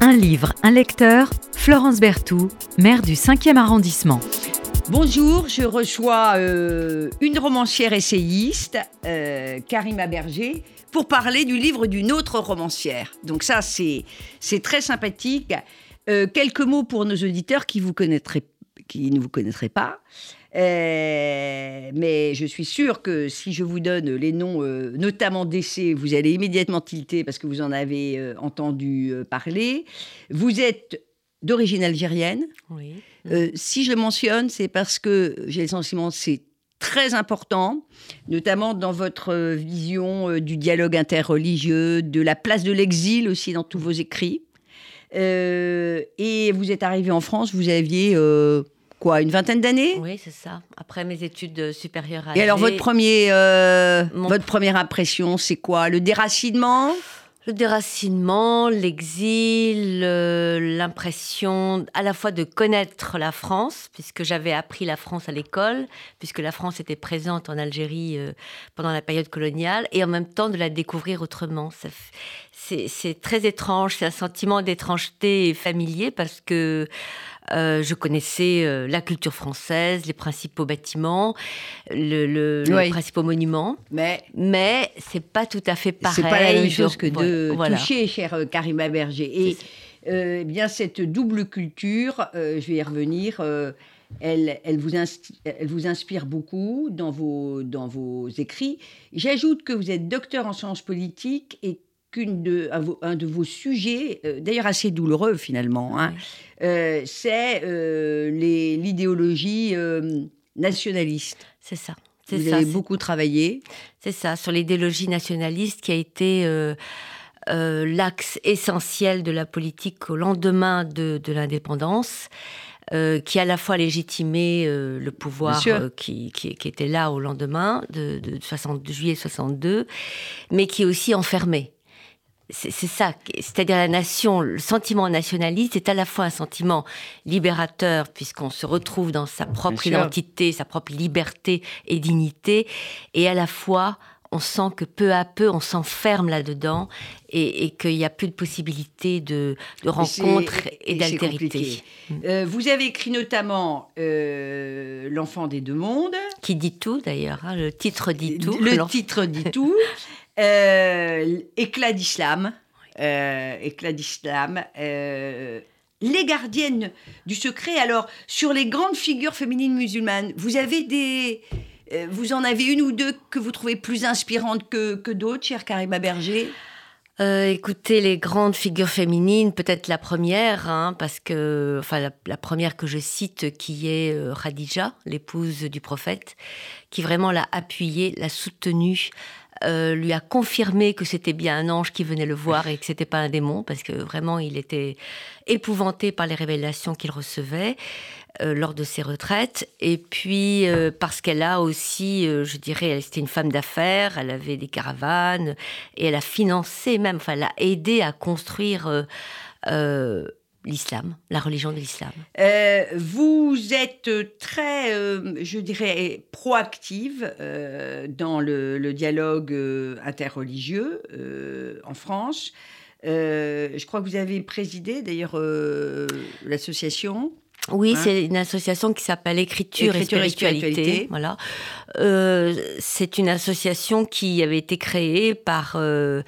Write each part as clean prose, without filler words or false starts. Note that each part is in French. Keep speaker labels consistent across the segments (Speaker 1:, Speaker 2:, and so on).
Speaker 1: Un livre, un lecteur, Florence Berthoud, maire du 5e arrondissement.
Speaker 2: Bonjour, je reçois une romancière essayiste, Karima Berger, pour parler du livre d'une autre romancière. Donc ça, c'est très sympathique. Quelques mots pour nos auditeurs qui ne vous connaîtraient pas. Mais je suis sûre que si je vous donne les noms, notamment d'essais, vous allez immédiatement tilter parce que vous en avez entendu parler. Vous êtes d'origine algérienne.
Speaker 3: Oui.
Speaker 2: Si je le mentionne, c'est parce que j'ai le sentiment que c'est très important, notamment dans votre vision du dialogue interreligieux, de la place de l'exil aussi dans tous vos écrits. Et vous êtes arrivé en France, vous aviez une vingtaine d'années ?
Speaker 3: Oui, c'est ça. Après mes études supérieures à Alger.
Speaker 2: Et alors votre première impression, c'est quoi ? Le déracinement ?
Speaker 3: Le déracinement, l'exil, l'impression à la fois de connaître la France, puisque j'avais appris la France à l'école, puisque la France était présente en Algérie pendant la période coloniale, et en même temps de la découvrir autrement. C'est très étrange, c'est un sentiment d'étrangeté familier, parce que je connaissais la culture française, les principaux bâtiments, les principaux monuments. Mais c'est pas tout à fait pareil.
Speaker 2: C'est pas la même chose que de toucher, chère Karima Berger. Et bien cette double culture, je vais y revenir, elle vous inspire beaucoup dans vos écrits. J'ajoute que vous êtes docteur en sciences politiques et un de vos sujets, d'ailleurs assez douloureux finalement, c'est l'idéologie nationaliste.
Speaker 3: C'est ça.
Speaker 2: Vous avez beaucoup travaillé.
Speaker 3: C'est ça, sur l'idéologie nationaliste qui a été l'axe essentiel de la politique au lendemain de l'indépendance. Qui à la fois légitimait le pouvoir qui était là au lendemain de juillet 62, mais qui aussi enfermait. C'est ça, c'est-à-dire la nation, le sentiment nationaliste est à la fois un sentiment libérateur, puisqu'on se retrouve dans sa propre identité, sa propre liberté et dignité, et à la fois, on sent que peu à peu, on s'enferme là-dedans, et qu'il n'y a plus de possibilité de rencontre et d'altérité.
Speaker 2: Vous avez écrit notamment L'enfant des deux mondes. Qui
Speaker 3: dit tout, d'ailleurs, le titre dit tout.
Speaker 2: Le titre dit tout. Éclat d'islam, les gardiennes du secret. Alors, sur les grandes figures féminines musulmanes, vous en avez une ou deux que vous trouvez plus inspirantes que d'autres, chère Karima Berger ?
Speaker 3: Écoutez, les grandes figures féminines, peut-être la première, parce que, la première que je cite, qui est Khadija, l'épouse du prophète, qui vraiment l'a appuyée, l'a soutenue, lui a confirmé que c'était bien un ange qui venait le voir et que c'était pas un démon, parce que vraiment il était épouvanté par les révélations qu'il recevait lors de ses retraites. Et puis parce qu'elle a aussi, je dirais, c'était une femme d'affaires, elle avait des caravanes et elle a financé même, elle a aidé à construire l'islam, la religion de l'islam.
Speaker 2: Vous êtes très, je dirais, proactive dans le dialogue interreligieux en France. Je crois que vous avez présidé d'ailleurs l'association.
Speaker 3: Oui, c'est une association qui s'appelle Écriture et Spiritualité. Voilà. C'est une association qui avait été créée en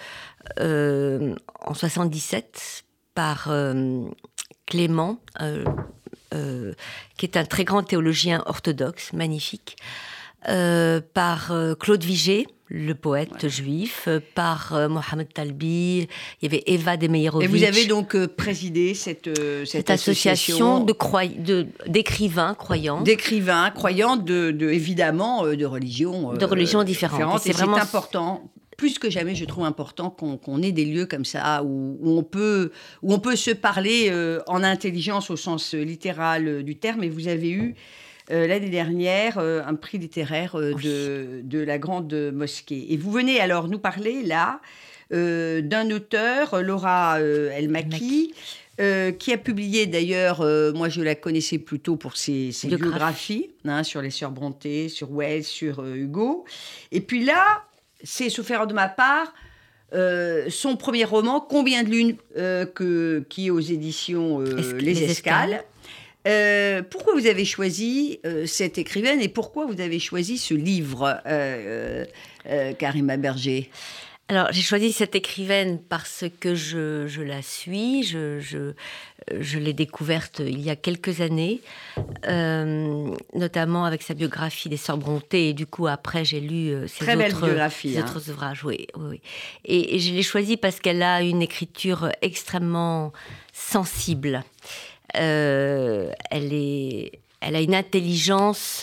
Speaker 3: 77 par Clément, qui est un très grand théologien orthodoxe, magnifique, par Claude Vigée, le poète juif, par Mohamed Talbi, il y avait Eva Demeyerovitch.
Speaker 2: Et vous avez donc présidé cette
Speaker 3: association d'écrivains croyants.
Speaker 2: D'écrivains croyants, évidemment, de religions différentes. Et c'est important. Plus que jamais, je trouve important qu'on ait des lieux comme ça où on peut se parler en intelligence au sens littéral du terme. Et vous avez eu l'année dernière un prix littéraire de la Grande Mosquée. Et vous venez alors nous parler là d'un auteur, Laura El Maki, qui a publié d'ailleurs, moi je la connaissais plutôt pour ses biographies sur les sœurs Brontë, sur Wells, sur Hugo. Et puis là, c'est, sauf erreur de ma part, son premier roman, Combien de lunes, qui est aux éditions Les Escales. Pourquoi vous avez choisi cette écrivaine et pourquoi vous avez choisi ce livre, Karima Berger ?
Speaker 3: Alors, j'ai choisi cette écrivaine parce que je la suis, je l'ai découverte il y a quelques années, notamment avec sa biographie des Sœurs Brontë, et du coup, après, j'ai lu ses autres ouvrages. Oui. Et je l'ai choisie parce qu'elle a une écriture extrêmement sensible. Elle a une intelligence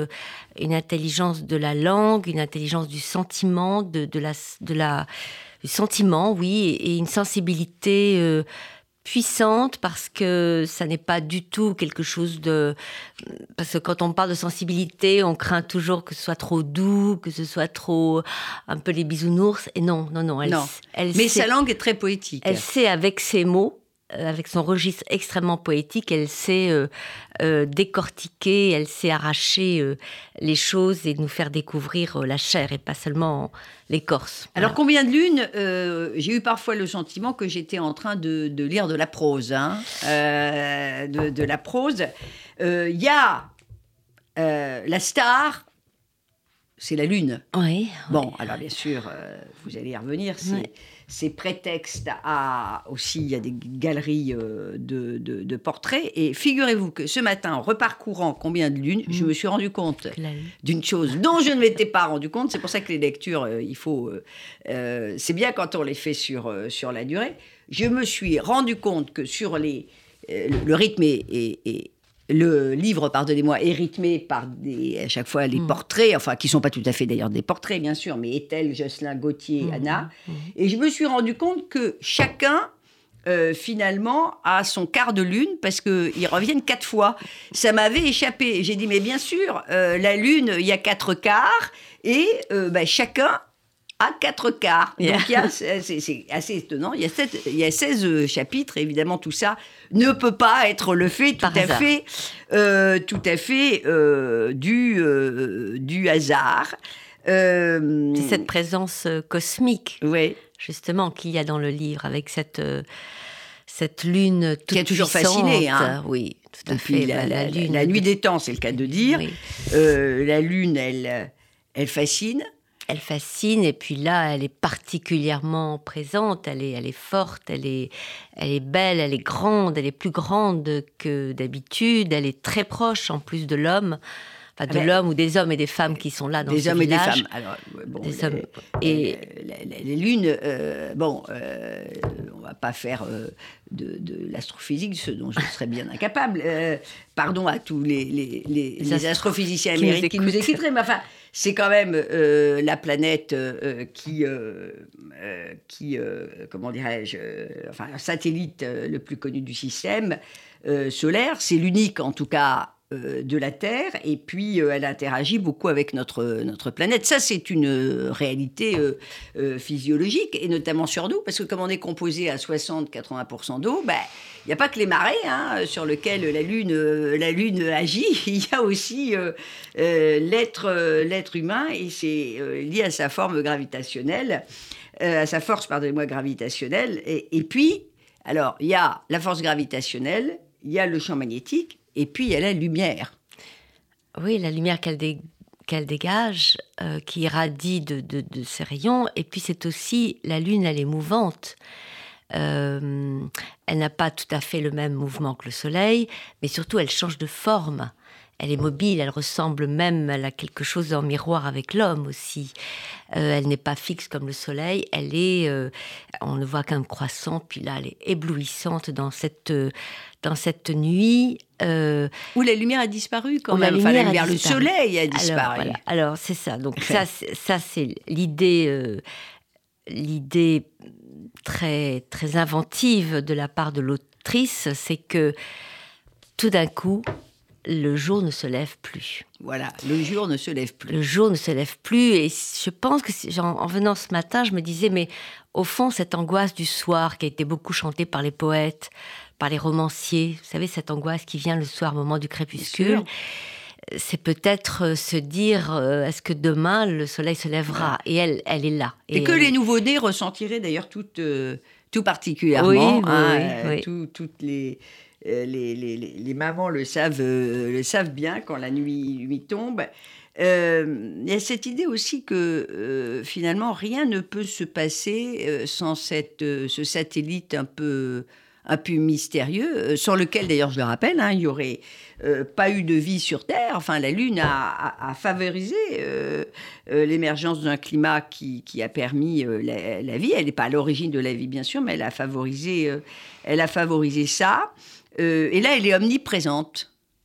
Speaker 3: de la langue, une intelligence du sentiment, du sentiment, oui, et une sensibilité puissante, parce que ça n'est pas du tout quelque chose de... Parce que quand on parle de sensibilité, on craint toujours que ce soit trop doux, que ce soit trop... un peu les bisounours. Et non.
Speaker 2: Mais sa langue est très poétique.
Speaker 3: Elle sait, avec ses mots, avec son registre extrêmement poétique, elle sait décortiquer, elle sait arracher les choses et nous faire découvrir la chair et pas seulement l'écorce.
Speaker 2: Alors, Combien de lunes, j'ai eu parfois le sentiment que j'étais en train de lire de la prose. De la prose. Il y a la star, c'est la lune.
Speaker 3: Oui.
Speaker 2: Bon, alors bien sûr, vous allez y revenir, c'est prétexte à aussi, il y a des galeries de portraits. Et figurez-vous que ce matin, en reparcourant Combien de lunes, je me suis rendu compte d'une chose dont je ne m'étais pas rendu compte. C'est pour ça que les lectures, c'est bien quand on les fait sur la durée. Je me suis rendu compte que sur le rythme et le livre, pardonnez-moi, est rythmé par à chaque fois les portraits, enfin, qui ne sont pas tout à fait d'ailleurs des portraits, bien sûr, mais Ethel, Jocelyn, Gauthier, Anna. Et je me suis rendu compte que chacun, finalement, a son quart de lune, parce qu'ils reviennent 4 fois. Ça m'avait échappé. J'ai dit, mais bien sûr, la lune, il y a 4 quarts, et chacun à 4 quarts. Donc, c'est assez étonnant. Il y a 16 chapitres. Évidemment, tout ça ne peut pas être le fait tout à fait du hasard.
Speaker 3: C'est cette présence cosmique,
Speaker 2: oui,
Speaker 3: justement, qu'il y a dans le livre, avec cette lune toute puissante. Qui
Speaker 2: a toujours fasciné.
Speaker 3: Oui, tout à fait.
Speaker 2: La nuit des temps, c'est le cas de dire. Oui. La lune, elle fascine.
Speaker 3: Elle fascine, et puis là, elle est particulièrement présente, elle est forte, elle est belle, elle est grande, elle est plus grande que d'habitude, elle est très proche en plus de l'homme, l'homme ou des hommes et des femmes qui sont là dans ce village. Des hommes et des femmes. Alors,
Speaker 2: les lunes, on va pas faire de l'astrophysique, ce dont je serais bien incapable. Pardon à tous les astrophysiciens américains qui nous écouteraient, mais enfin... C'est quand même la planète comment dirais-je, un satellite le plus connu du système solaire. C'est l'unique, en tout cas, de la Terre. Et puis, elle interagit beaucoup avec notre planète. Ça, c'est une réalité physiologique, et notamment sur nous, parce que comme on est composé à 60-80% d'eau, il n'y a pas que les marées sur lesquelles la Lune agit. Il y a aussi l'être humain, et c'est lié à sa forme gravitationnelle, à sa force, gravitationnelle. Et puis, alors, il y a la force gravitationnelle, il y a le champ magnétique, et puis il y a la lumière.
Speaker 3: Oui, la lumière qu'elle dégage, qui irradie de ses rayons. Et puis c'est aussi, la Lune, elle est mouvante. Elle n'a pas tout à fait le même mouvement que le Soleil, mais surtout elle change de forme. Elle est mobile, elle ressemble même, elle a quelque chose en miroir avec l'homme aussi. Elle n'est pas fixe comme le Soleil, elle est, on ne voit qu'un croissant, puis là elle est éblouissante dans cette nuit.
Speaker 2: Où la lumière a disparu quand même. La lumière, le soleil a disparu.
Speaker 3: Alors c'est ça, donc ça c'est l'idée très, très inventive de la part de l'autrice, c'est que tout d'un coup, le jour ne se lève plus.
Speaker 2: Voilà, le jour ne se lève plus.
Speaker 3: Le jour ne se lève plus, et je pense que, en venant ce matin, je me disais, mais au fond, cette angoisse du soir qui a été beaucoup chantée par les poètes, par les romanciers, vous savez, cette angoisse qui vient le soir au moment du crépuscule, c'est peut-être se dire est-ce que demain le soleil se lèvera ? Et elle est là.
Speaker 2: Et que les nouveau-nés ressentiraient d'ailleurs tout particulièrement.
Speaker 3: Oui.
Speaker 2: Toutes les mamans le savent bien quand la nuit tombe. Il y a cette idée aussi que finalement rien ne peut se passer sans ce satellite un peu mystérieux, sans lequel d'ailleurs je le rappelle, il n'y aurait pas eu de vie sur Terre. Enfin, la Lune a favorisé l'émergence d'un climat qui a permis la vie. Elle n'est pas à l'origine de la vie bien sûr, mais elle a favorisé ça. Et là, elle est omniprésente.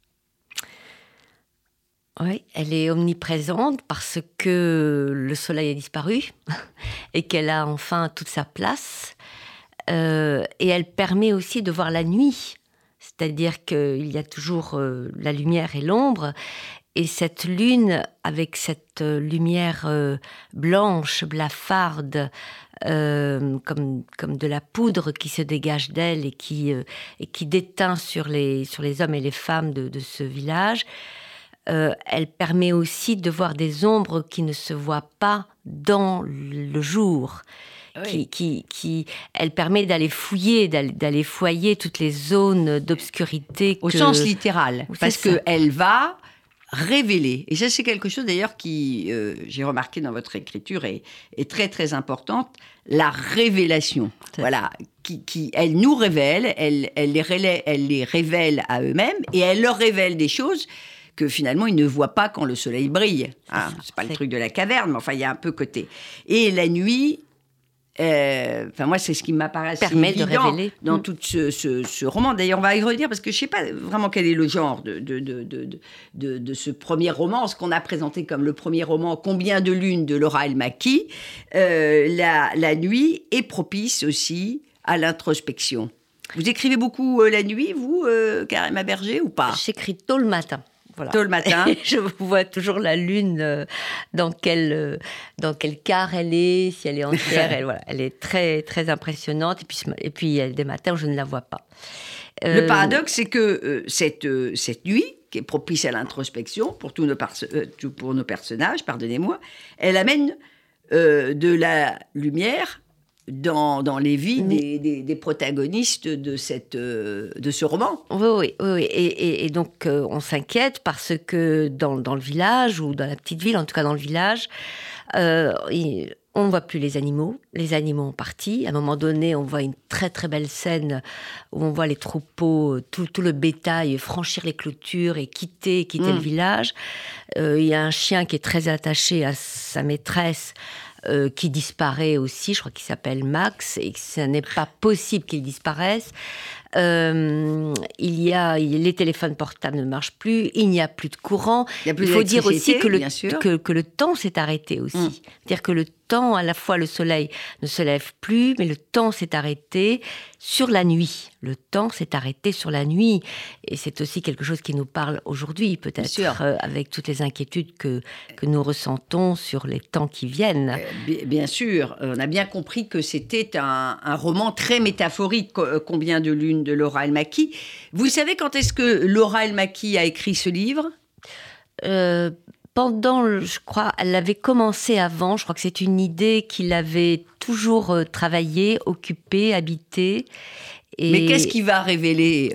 Speaker 3: Oui, elle est omniprésente parce que le soleil a disparu et qu'elle a enfin toute sa place. Et elle permet aussi de voir la nuit. C'est-à-dire qu'il y a toujours la lumière et l'ombre. Et cette lune, avec cette lumière blanche, blafarde, comme de la poudre qui se dégage d'elle et qui déteint sur les hommes et les femmes de ce village, elle permet aussi de voir des ombres qui ne se voient pas dans le jour. Oui. Elle permet d'aller fouiller, d'aller foyer toutes les zones d'obscurité.
Speaker 2: Au sens littéral, parce qu'elle va révéler. Et ça, c'est quelque chose d'ailleurs qui, j'ai remarqué dans votre écriture, est très très importante, la révélation. Voilà, elle nous révèle, elle les révèle à eux-mêmes et elle leur révèle des choses que finalement, ils ne voient pas quand le soleil brille. C'est pas le truc de la caverne, mais enfin, il y a un peu côté. Et la nuit, moi, c'est ce qui m'apparaît assez évident
Speaker 3: de révéler
Speaker 2: dans tout ce roman. D'ailleurs, on va y revenir parce que je ne sais pas vraiment quel est le genre de ce premier roman, ce qu'on a présenté comme le premier roman « Combien de lunes » de Laura El-Maki. La nuit est propice aussi à l'introspection. Vous écrivez beaucoup la nuit, vous, Karima Berger, ou pas ?
Speaker 3: J'écris tôt le matin. Voilà.
Speaker 2: Tôt le matin.
Speaker 3: Je vois toujours la lune dans quel quart elle est, si elle est entière. Elle est très, très impressionnante. Et puis, il y a des matins où je ne la vois pas.
Speaker 2: Le paradoxe, c'est que cette nuit, qui est propice à l'introspection pour nos personnages, pardonnez-moi, elle amène de la lumière dans les vies des protagonistes de ce roman.
Speaker 3: Oui. Et donc, on s'inquiète parce que dans le village, ou dans la petite ville, en tout cas dans le village, on ne voit plus les animaux. Les animaux ont parti. À un moment donné, on voit une très très belle scène où on voit les troupeaux, tout le bétail franchir les clôtures et quitter le village. Il y a un chien qui est très attaché à sa maîtresse, qui disparaît aussi, je crois qu'il s'appelle Max, et que ce n'est pas possible qu'il disparaisse. Les téléphones portables ne marchent plus, il n'y a plus de courant. Il faut dire aussi que le temps s'est arrêté aussi. C'est-à-dire que le temps, à la fois le soleil ne se lève plus, mais le temps s'est arrêté sur la nuit. Le temps s'est arrêté sur la nuit. Et c'est aussi quelque chose qui nous parle aujourd'hui, peut-être, avec toutes les inquiétudes que nous ressentons sur les temps qui viennent.
Speaker 2: Bien sûr, on a bien compris que c'était un roman très métaphorique, Combien de lunes de Laura El-Maki. Vous savez quand est-ce que Laura El-Maki a écrit ce livre ?
Speaker 3: Je crois, elle l'avait commencé avant. Je crois que c'est une idée qu'il avait toujours travaillée, occupée, habitée.
Speaker 2: Mais qu'est-ce qui va révéler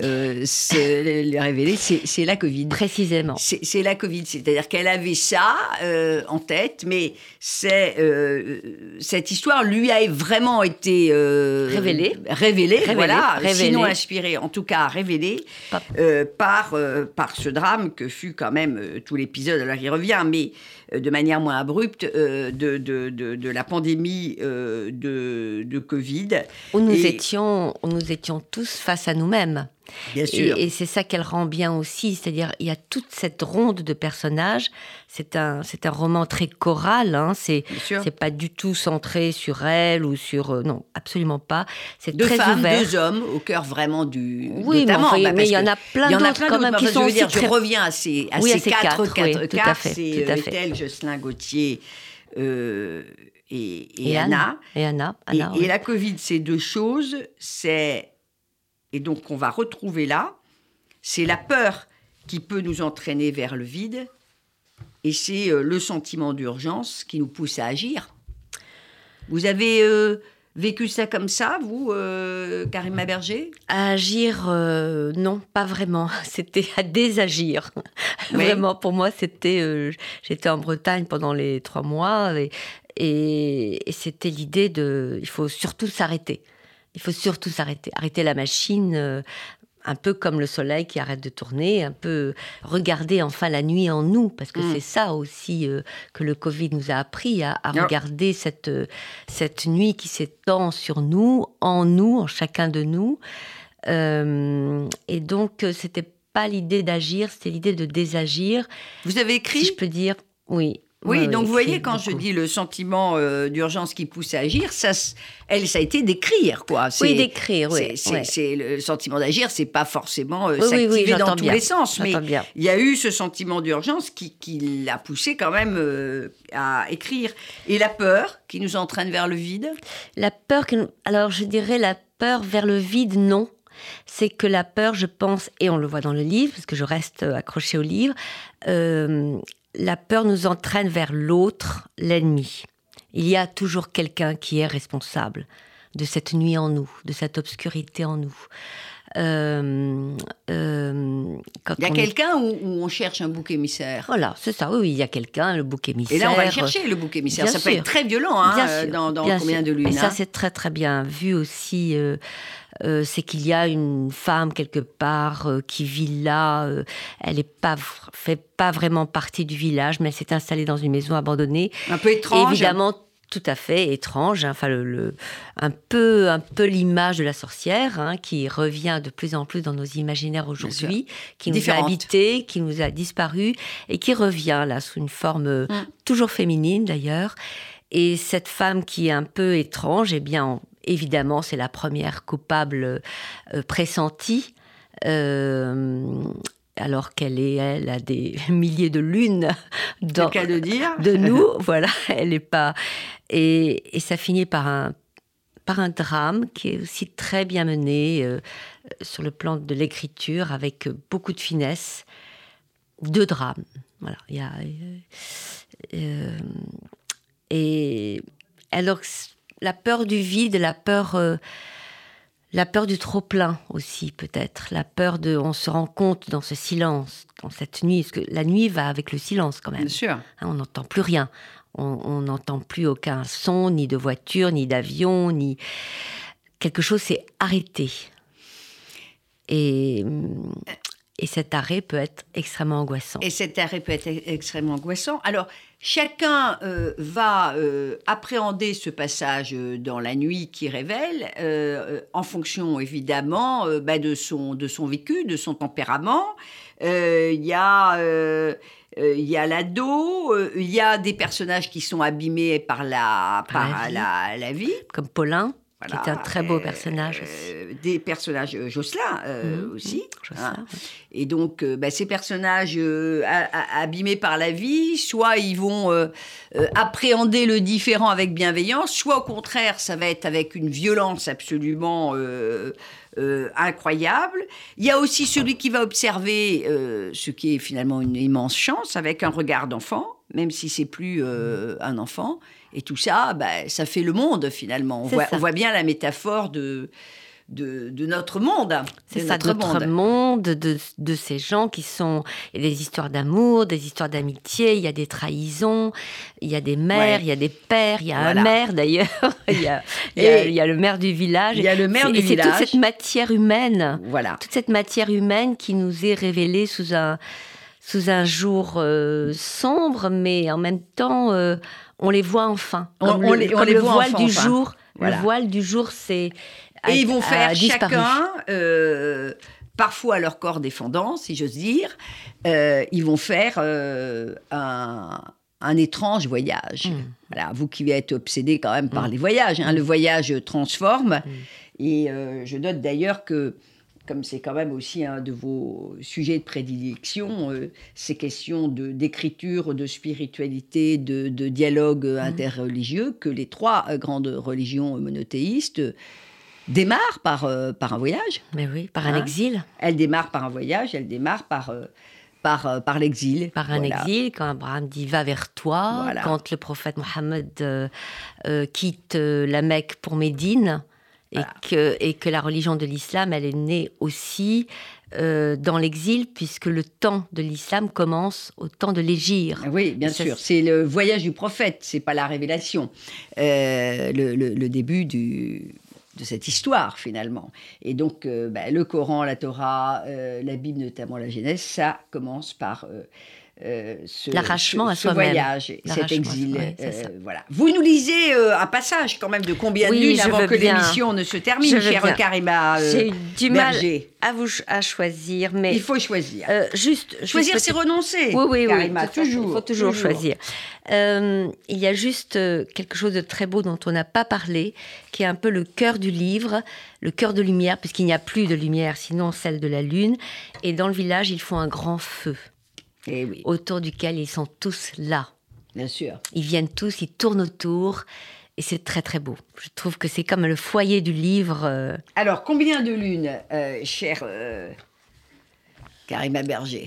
Speaker 2: c'est la Covid.
Speaker 3: Précisément.
Speaker 2: C'est la Covid, c'est-à-dire qu'elle avait ça en tête, mais cette histoire lui a vraiment été révélée, sinon inspirée, en tout cas révélée par ce drame que fut quand même tout l'épisode. Alors il revient, mais de manière moins abrupte de la pandémie de Covid.
Speaker 3: Où nous étions tous face à nous-mêmes.
Speaker 2: Bien sûr.
Speaker 3: Et c'est ça qu'elle rend bien aussi, c'est-à-dire il y a toute cette ronde de personnages. C'est un roman très choral, c'est pas du tout centré sur elle ou sur non, absolument pas. C'est
Speaker 2: deux
Speaker 3: très
Speaker 2: femmes,
Speaker 3: ouvert.
Speaker 2: Deux hommes au cœur vraiment du.
Speaker 3: Oui, mais il y en a plein d'autres quand même qui sont aussi
Speaker 2: Je reviens à ces quatre.
Speaker 3: C'est
Speaker 2: Ethel, Jocelyn Gauthier et Anna.
Speaker 3: Et Anna.
Speaker 2: Et la Covid, c'est deux choses. Et donc, on va retrouver là, c'est la peur qui peut nous entraîner vers le vide, et c'est le sentiment d'urgence qui nous pousse à agir. Vous avez vécu ça comme ça, vous, Karima Berger ?
Speaker 3: À agir, non, pas vraiment. C'était à désagir. Oui. Vraiment, pour moi, c'était... j'étais en Bretagne pendant les 3 mois et c'était l'idée de... Il faut surtout s'arrêter. Il faut surtout s'arrêter. Arrêter la machine... un peu comme le soleil qui arrête de tourner, un peu regarder enfin la nuit en nous, parce que c'est ça aussi que le Covid nous a appris, à regarder cette nuit qui s'étend sur nous, en chacun de nous. Et donc, c'était pas l'idée d'agir, c'était l'idée de désagir.
Speaker 2: Vous avez écrit ?
Speaker 3: Si je peux dire, oui.
Speaker 2: Oui, donc vous voyez, quand je dis le sentiment d'urgence qui pousse à agir, ça a été d'écrire, quoi.
Speaker 3: Oui, d'écrire, oui.
Speaker 2: C'est le sentiment d'agir, c'est pas forcément s'activer dans tous les sens, mais il y a eu ce sentiment d'urgence qui l'a poussé quand même à écrire. Et la peur qui nous entraîne vers le vide ?
Speaker 3: La peur, alors je dirais la peur vers le vide, non. C'est que la peur, je pense, et on le voit dans le livre, parce que je reste accrochée au livre, la peur nous entraîne vers l'autre, l'ennemi. Il y a toujours quelqu'un qui est responsable de cette nuit en nous, de cette obscurité en nous.
Speaker 2: Il y a quelqu'un où on cherche un bouc émissaire.
Speaker 3: Voilà, c'est ça, oui, il y a quelqu'un, le bouc émissaire.
Speaker 2: Et là, on va le chercher, le bouc émissaire. Ça peut être très violent, dans Combien de lunes.
Speaker 3: Et ça, c'est très, très bien vu aussi. C'est qu'il y a une femme quelque part qui vit là. Elle fait pas vraiment partie du village, mais elle s'est installée dans une maison abandonnée.
Speaker 2: Un peu étrange.
Speaker 3: Évidemment, tout à fait étrange. Enfin, un peu l'image de la sorcière, qui revient de plus en plus dans nos imaginaires aujourd'hui, qui nous a habité, qui nous a disparu et qui revient là sous une forme toujours féminine d'ailleurs. Et cette femme qui est un peu étrange, eh bien, évidemment, c'est la première coupable pressentie, alors qu'elle a des milliers de lunes
Speaker 2: c'est le cas de dire.
Speaker 3: De nous. Voilà, elle n'est pas... Et ça finit par un drame qui est aussi très bien mené sur le plan de l'écriture, avec beaucoup de finesse. 2 drames. Voilà, et alors, la peur du vide, la peur du trop-plein aussi, peut-être. La peur on se rend compte dans ce silence, dans cette nuit, parce que la nuit va avec le silence quand même.
Speaker 2: Bien sûr.
Speaker 3: On n'entend plus rien. On n'entend plus aucun son, ni de voiture, ni d'avion, ni... Quelque chose s'est arrêté. Et cet arrêt peut être extrêmement angoissant.
Speaker 2: Alors, chacun va appréhender ce passage dans la nuit qui révèle, en fonction évidemment de son vécu, de son tempérament. Il y a l'ado, il y a des personnages qui sont abîmés par la vie.
Speaker 3: Comme Paulin. Voilà, qui est un très beau personnage aussi.
Speaker 2: Des personnages Josselin aussi.
Speaker 3: Josselin,
Speaker 2: oui. Et donc, ces personnages abîmés par la vie, soit ils vont appréhender le différent avec bienveillance, soit au contraire, ça va être avec une violence absolument incroyable. Il y a aussi celui qui va observer ce qui est finalement une immense chance, avec un regard d'enfant, même si c'est plus un enfant. Et tout ça, ça fait le monde, finalement. On voit bien la métaphore de notre monde.
Speaker 3: C'est ça, de notre monde, de ces gens qui sont... Il y a des histoires d'amour, des histoires d'amitié, il y a des trahisons, il y a des mères, il y a des pères, il y a un maire d'ailleurs, il y a le maire du village.
Speaker 2: Il y a le maire du village.
Speaker 3: C'est toute cette matière humaine,
Speaker 2: toute
Speaker 3: cette matière humaine qui nous est révélée sous un jour sombre, mais en même temps... on les voit enfin. Le voile du jour. Voilà. Le voile du jour, c'est...
Speaker 2: Et ils vont faire chacun, parfois à leur corps défendant, si j'ose dire, ils vont faire un étrange voyage. Voilà, vous qui êtes obsédés quand même par les voyages, le voyage transforme. Et je note d'ailleurs que, comme c'est quand même aussi un de vos sujets de prédilection, ces questions d'écriture, de spiritualité, de dialogue interreligieux, que les 3 grandes religions monothéistes démarre par un voyage.
Speaker 3: Mais oui, par un exil.
Speaker 2: Elle démarre par un voyage, elle démarre par l'exil.
Speaker 3: Par un exil, quand Abraham dit « va vers toi », quand le prophète Mohammed quitte la Mecque pour Médine, et que la religion de l'islam, elle est née aussi dans l'exil, puisque le temps de l'islam commence au temps de l'hégire.
Speaker 2: Oui, bien sûr. C'est le voyage du prophète, c'est pas la révélation. Le début de cette histoire, finalement. Et donc, le Coran, la Torah, la Bible, notamment la Genèse, ça commence par
Speaker 3: l'arrachement à
Speaker 2: ce
Speaker 3: soi-même.
Speaker 2: Voyage, cet exil. Voilà. Vous nous lisez un passage quand même de combien de lunes avant que l'émission ne se termine, chère Karima Berger.
Speaker 3: J'ai du mal à choisir, mais...
Speaker 2: Il faut choisir.
Speaker 3: Choisir,
Speaker 2: c'est renoncer.
Speaker 3: Oui,
Speaker 2: Karima, toujours.
Speaker 3: Il faut toujours choisir. Il y a juste quelque chose de très beau dont on n'a pas parlé, qui est un peu le cœur du livre, le cœur de lumière, puisqu'il n'y a plus de lumière, sinon celle de la lune. Et dans le village, ils font un grand feu.
Speaker 2: Et oui.
Speaker 3: Autour duquel ils sont tous là.
Speaker 2: Bien sûr.
Speaker 3: Ils viennent tous, ils tournent autour, et c'est très très beau. Je trouve que c'est comme le foyer du livre.
Speaker 2: Alors, combien de lunes, chère Karima Berger?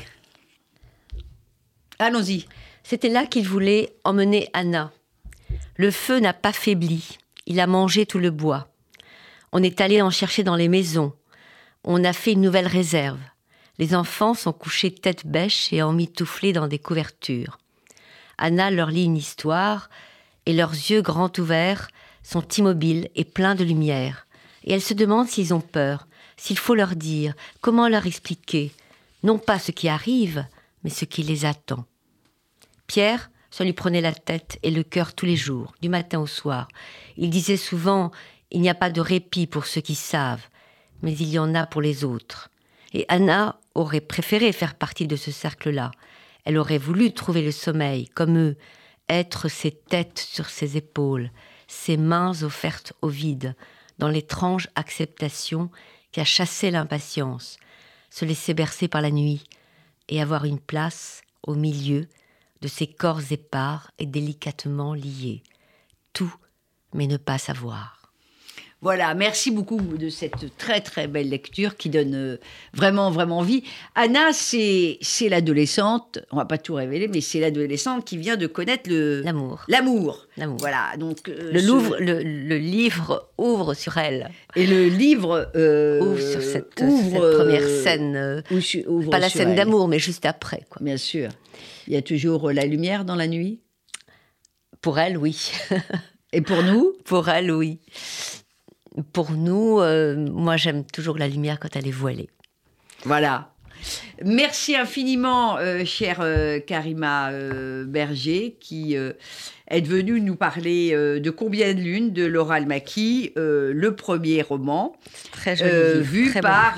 Speaker 2: Allons-y.
Speaker 3: C'était là qu'il voulait emmener Anna. Le feu n'a pas faibli, il a mangé tout le bois. On est allé en chercher dans les maisons. On a fait une nouvelle réserve. Les enfants sont couchés tête bêche et emmitouflés dans des couvertures. Anna leur lit une histoire et leurs yeux grands ouverts sont immobiles et pleins de lumière. Et elle se demande s'ils ont peur, s'il faut leur dire, comment leur expliquer, non pas ce qui arrive, mais ce qui les attend. Pierre, ça lui prenait la tête et le cœur tous les jours, du matin au soir. Il disait souvent « Il n'y a pas de répit pour ceux qui savent, mais il y en a pour les autres ». Et Anna aurait préféré faire partie de ce cercle-là. Elle aurait voulu trouver le sommeil, comme eux, être ses têtes sur ses épaules, ses mains offertes au vide, dans l'étrange acceptation qui a chassé l'impatience, se laisser bercer par la nuit et avoir une place au milieu de ces corps épars et délicatement liés. Tout, mais ne pas savoir.
Speaker 2: Voilà, merci beaucoup de cette très très belle lecture qui donne vraiment vraiment envie. Anna, c'est l'adolescente, on va pas tout révéler, mais c'est l'adolescente qui vient de connaître
Speaker 3: l'amour.
Speaker 2: Voilà, donc
Speaker 3: le livre ouvre sur elle.
Speaker 2: Et le livre
Speaker 3: ouvre sur cette première scène, pas la scène d'amour, mais juste après, quoi.
Speaker 2: Bien sûr. Il y a toujours la lumière dans la nuit.
Speaker 3: Pour elle, oui.
Speaker 2: Et pour nous?
Speaker 3: Pour elle, oui. Pour nous, moi j'aime toujours la lumière quand elle est voilée.
Speaker 2: Voilà. Merci infiniment, chère Karima Berger, qui est venue nous parler de Combien de lunes de Laura Almaqui, le premier roman,
Speaker 3: très joli livre,
Speaker 2: vu
Speaker 3: très
Speaker 2: par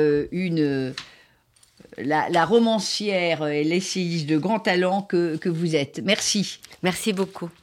Speaker 2: la romancière et l'essayiste de grand talent que vous êtes. Merci.
Speaker 3: Merci beaucoup.